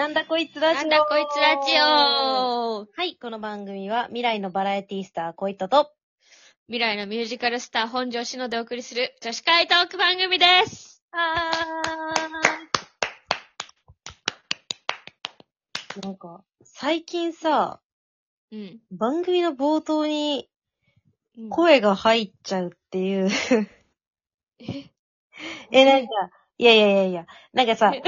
なんだこいつラジオ。 なんだこいつラジオ。 はい、この番組は未来のバラエティスターコイトと未来のミュージカルスター本庄しのでお送りする女子会トーク番組です。 なんか、最近さ、 うん。 番組の冒頭にうん声が入っちゃうっていう。 えなんか、いや、なんかさ、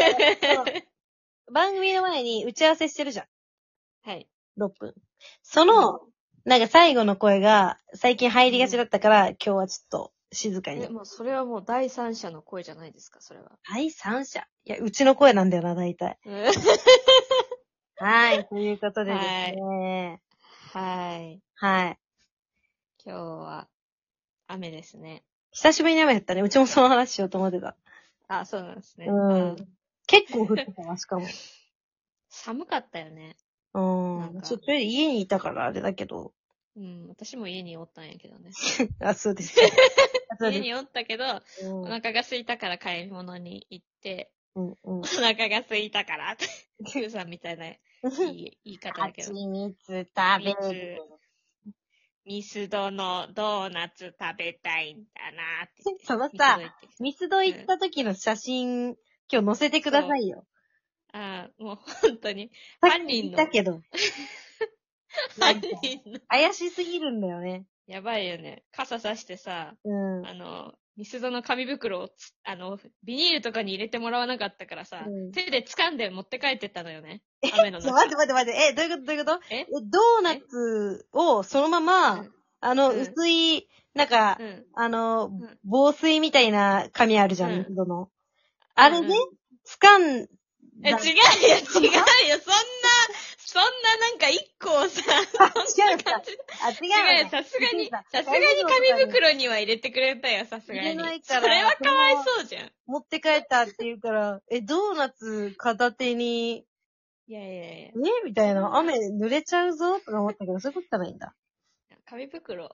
番組の前に打ち合わせしてるじゃん。 はい。 6分。その、なんか最後の声が最近入りがちだったから、今日はちょっと静かに。 もうそれはもう第三者の声じゃないですか、それは。 第三者。いや、うちの声なんだよな、大体。はい、ということでですね。 はい。 はい。 今日は雨ですね。 久しぶりに雨降ったね。うちもその話しようと思ってた。 あ、そうなんですね。 結構降ってたわ、しかも。 寒かったよね。なんかちょっと家にいたからあれだけど。 私も家におったんやけどね。 あ、そうですか。 家におったけど、お腹が空いたから買い物に行って、お腹が空いたからって、プーさんみたいな言い方だけど。 蜂蜜食べる。 ミスドのドーナツ食べたいんだなって言って。 そのさ、ミスド行行った時の写真、今日載せてくださいよ。 もう本当に。 さっき言ったけど。 犯人の。 怪しすぎるんだよね。 やばいよね。傘さしてさ、ミスドの紙袋をビニールとかに入れてもらわなかったからさ、手で掴んで持って帰ってったのよね。雨の中。 待って。どういうことドーナツをそのまま、薄い、なんか、防水みたいな紙あるじゃん、ミスドの。あれね、掴ん違うよ。そんななんか一個をさ、 違うか。 違う。さすがに紙袋には入れてくれたよ、さすがに。入れないから。それはかわいそうじゃん。 持って帰ったって言うから、ドーナツ片手に、 いや。 みたいな、雨濡れちゃうぞとか思ったけど、そういうことじゃないんだ。 紙袋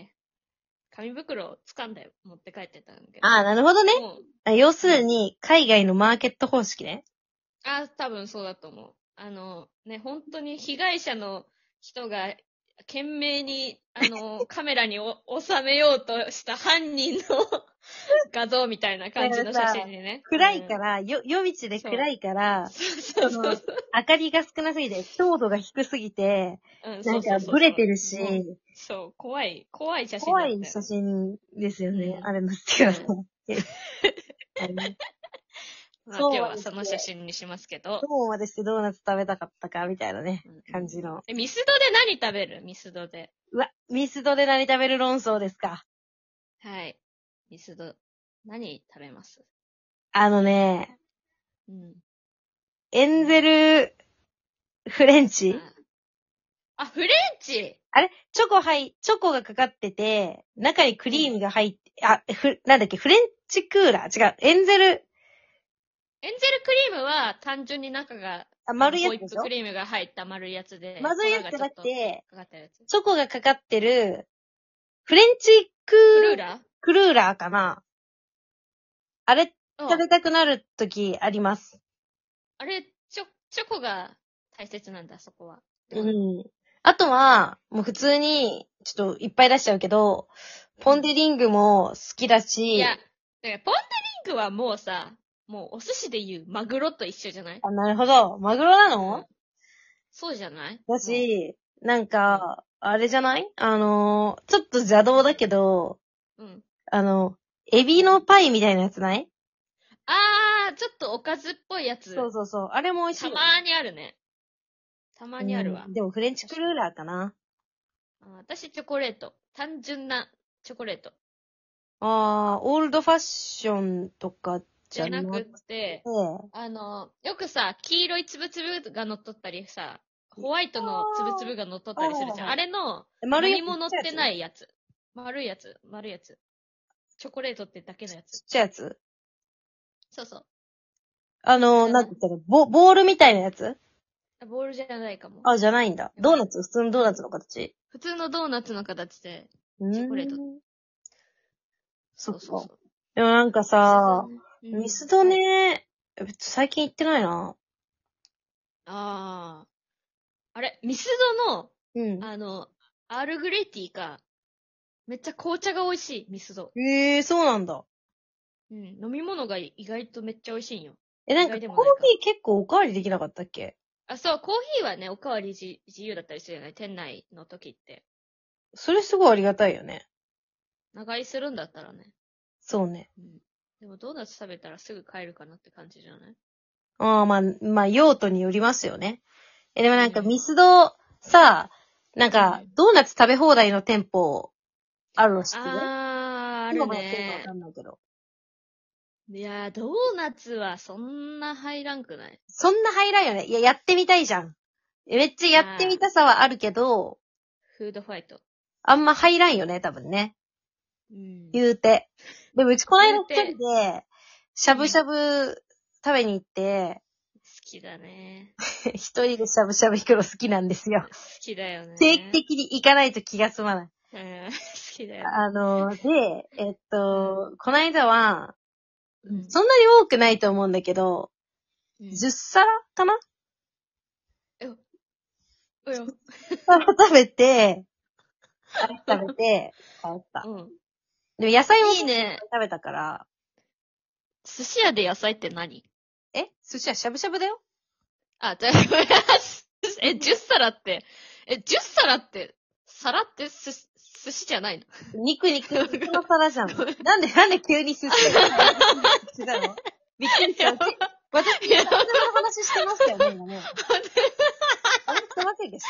を掴んだよ。持って帰ってたんだけど。 なるほどね。要するに、海外のマーケット方式ね。 多分そうだと思う。本当に被害者の人が懸命に、カメラに収めようとした犯人の画像みたいな感じの写真でね。 暗いから、夜道で暗いから、明かりが少なすぎて、強度が低すぎて、なんかブレてるし、 そう、怖い写真だったよ。 怖い写真ですよね。あれ載せてください。 今日はその写真にしますけど。 どうまでしてドーナツ食べたかったか、みたいなね、感じの。 ミスドで何食べる？ミスドで。 ミスドで何食べる論争ですか？ はい。ミスド、何食べます？ エンゼルフレンチ？ フレンチ？ あれチョコがかかってて、中にクリームが入って、なんだっけ、フレンチクーラー？違う、エンゼルクリームは単純に中が、 丸いやつでしょ？ ホイップクリームが入った丸いやつで。 丸いやつじゃなくて、 かかったやつ。 チョコがかかってる、フレンチクルーラーかな？あれ、食べたくなるときあります。 あれ、チョコが大切なんだ、そこは。 あとは、もう普通に、ちょっといっぱい出しちゃうけど、ポンデリングも好きだし。 いや、だからポンデリングはもうさ、もうお寿司で言うマグロと一緒じゃない？ なるほど。マグロなの？ そうじゃない？ だし、なんか、あれじゃない？ちょっと邪道だけど、エビのパイみたいなやつない？ ちょっとおかずっぽいやつ。 そう。あれも美味しい。 たまにあるね。たまにあるわ。 でもフレンチクルーラーかな。 私チョコレート。単純なチョコレート。 オールドファッションとかじゃなくて、よくさ、黄色いつぶつぶが乗っとったりさ、ホワイトのつぶつぶが乗っとったりするじゃん。あれの、何も乗ってないやつ。丸いやつ。チョコレートってだけのやつ。 ちっちゃいやつ？ そう。 なんて言ったら、ボールみたいなやつ？ ボールじゃないかも。 じゃないんだ。ドーナツ？普通のドーナツの形？ 普通のドーナツの形で、チョコレート。 そう。でもなんかさ、ミスドね、最近行ってないな。 ああ。あれ、ミスドの、アールグレイティーか、めっちゃ紅茶が美味しい、ミスド。 へえ、そうなんだ。 うん、飲み物が意外とめっちゃ美味しいんよ。 なんかコーヒー結構おかわりできなかったっけ？ あ、そう、コーヒーはね、おかわり自由だったりするよね、店内の時って。 それすごいありがたいよね。 長居するんだったらね。 そうね。 うん。でもドーナツ食べたらすぐ帰るかなって感じじゃない？ ああ、まあ、用途によりますよね。でもなんかミスド、さ、なんか、ドーナツ食べ放題の店舗あるの知ってる？ あるね。 今もやってるかわかんないけど。 いやー、ドーナツはそんなハイランクない。 そんな入らんよね。いや、やってみたいじゃん。めっちゃやってみたさはあるけど、 フードファイト。 あんま入らんよね、多分ね。言うて。でもうちこの間一人で、しゃぶしゃぶ食べに行って、 好きだね。 一人でしゃぶしゃぶ行くの好きなんですよ。 好きだよね。 定期的に行かないと気が済まない。 好きだよね。 で、この間は、そんなに多くないと思うんだけど、10皿かな？食べて、帰った。でも野菜もいいね。食べたから。 寿司屋で野菜って何？ 寿司屋しゃぶしゃぶだよ。 あ、じゃあ、10皿って、皿って寿司じゃないの？ 肉の皿じゃん。なんで急に寿司が違うの？びっくりした。私、寿司の話してましたよね、今ね。あれしてませんでした？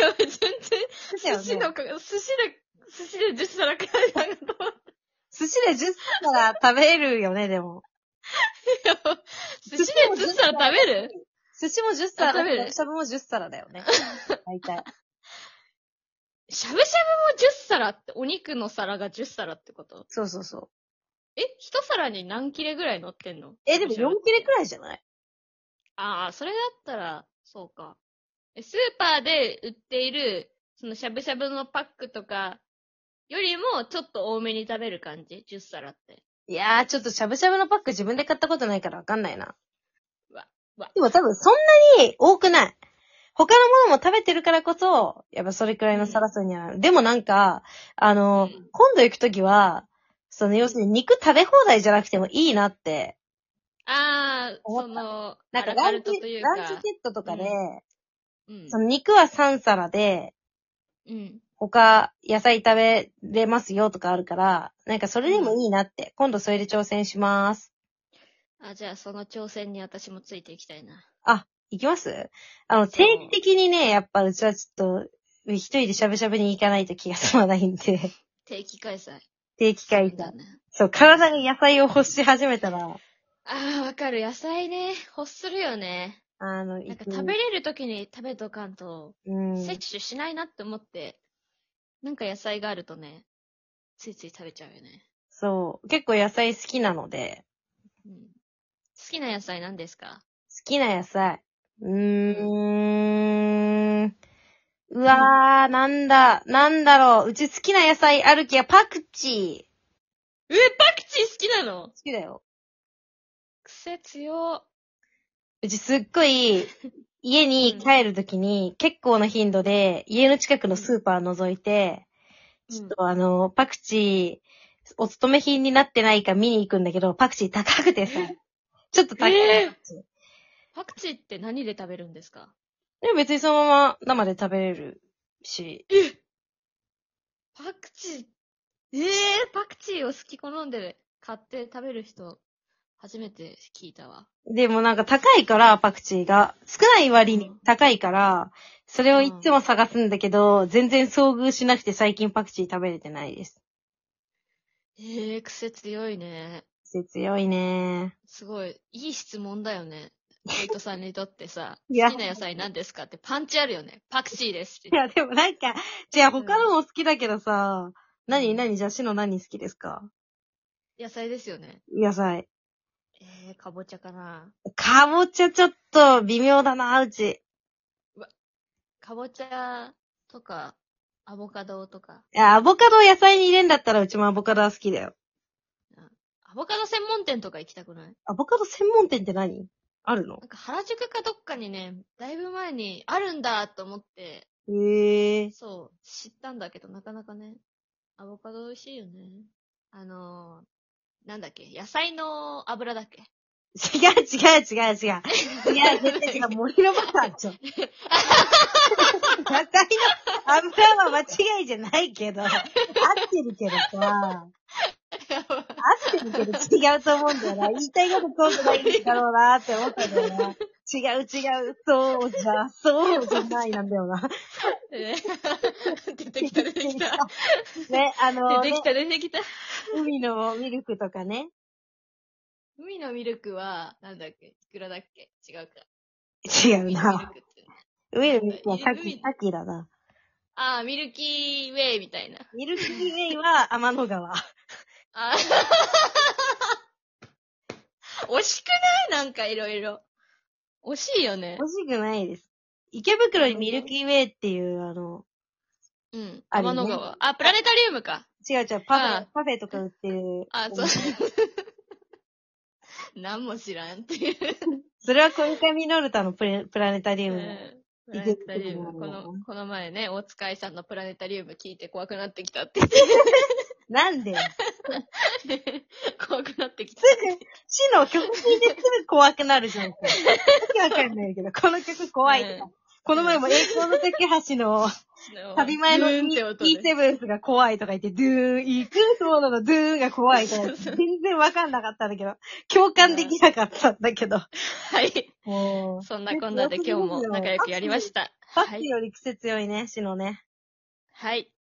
いや、全然、寿司で10皿くらいだと思って。 寿司で10皿食べるよね、でも。 寿司で10皿食べる？ 寿司も10皿食べる。しゃぶも10皿だよね。大体。 しゃぶしゃぶも10皿って、お肉の皿が10皿ってこと？ そうそうそう。 一皿に何切れぐらい乗ってんの？ でも4切れくらいじゃない？ ああ、それだったら、そうか。スーパーで売っている、そのしゃぶしゃぶのパックとか、よりもちょっと多めに食べる感じ？ 10 皿って。 いやー、ちょっとしゃぶしゃぶのパック自分で買ったことないからわかんないな。でも多分そんなに多くない。他のものも食べてるからこそ、やっぱそれくらいの皿数にはなる。でもなんか、今度行くときは、要するに肉食べ放題じゃなくてもいいなって。 なんかランチセットとかで、その肉は3皿で、他野菜食べれますよとかあるから、なんかそれでもいいなって。今度それで挑戦します。 じゃあその挑戦に私もついていきたいな。 行きます？定期的にね、やっぱうちはちょっと、一人でしゃぶしゃぶに行かないと気が済まないんで。 定期開催。 そう、体が野菜を欲し始めたら。 わかる。野菜ね、欲するよね。なんか食べれる時に食べとかんと、摂取しないなって思って、なんか野菜があるとね、ついつい食べちゃうよね。 そう。結構野菜好きなので。 好きな野菜何ですか？ 好きな野菜。うわー、なんだろう。うち好きな野菜あるきやパクチー。パクチー好きなの？ 好きだよ。 癖強。 うちすっごい、家に帰るときに結構な頻度で家の近くのスーパー覗いて、ちょっとパクチー、お勤め品になってないか見に行くんだけど、パクチー高くてさ、ちょっと高い。 パクチーって何で食べるんですか？ でも別にそのまま生で食べれるし。 パクチー、パクチーを好き好んで買って食べる人、初めて聞いたわ。 でもなんか高いから、パクチーが。少ない割に高いから、それをいつも探すんだけど、全然遭遇しなくて最近パクチー食べれてないです。 癖強いね。 癖強いね。 すごい、いい質問だよね。小糸さんにとってさ、好きな野菜何ですかってパンチあるよね。パクチーですって。 いや、でもなんか、他のも好きだけどさ、じゃあ、シノ何好きですか？ 野菜ですよね。 野菜。 かぼちゃかな。 かぼちゃちょっと微妙だな、うち。 かぼちゃとか、アボカドとか。 いや、アボカドを野菜に入れんだったらうちもアボカドは好きだよ。 アボカド専門店とか行きたくない？ アボカド専門店って何？ あるの？ なんか原宿かどっかにね、だいぶ前にあるんだと思って、そう、知ったんだけど、なかなかね、アボカド美味しいよね。なんだっけ、野菜の油だっけ？ 違う。絶対違う。森のバターじゃん。野菜の油は間違いじゃないけど、合ってるけどさ。合ってるけど違うと思うんだよな。言いたいこと今度ないんだろうなって思ったんだよな。違う。そうじゃないなんだよな。 出てきた。ね、 出てきた。 海のミルクとかね。 海のミルクは、なんだっけ、いくらだっけ？違うか。 違うな。海のミルクはさっきだな。 ああ、ミルキーウェイみたいな。 ミルキーウェイは天の川。 惜しくない？なんかいろいろ。惜しいよね。 惜しくないです。池袋にミルキーウェイっていう、 うん。天の川。あ、プラネタリウムか。 違う、パフェとか売ってる。 そう。何も知らんっていう。 それはコニカミノルタのプラネタリウム。 プラネタリウム。この前ね、大塚愛さんのプラネタリウム聞いて怖くなってきたって言って。 なんで怖くなってきた。 死の曲聴いてすぐ怖くなるじゃん。わけわかんないけど、この曲怖いとか。この前も栄光の架橋の旅前の E7 が怖いとか言って、ドゥーン、行くそうなの、ドゥーンが怖いとか言って、全然わかんなかったんだけど、共感できなかったんだけど。 はい。そんなこんなで今日も仲良くやりました。 パッキより癖強いね、死のね。 はい。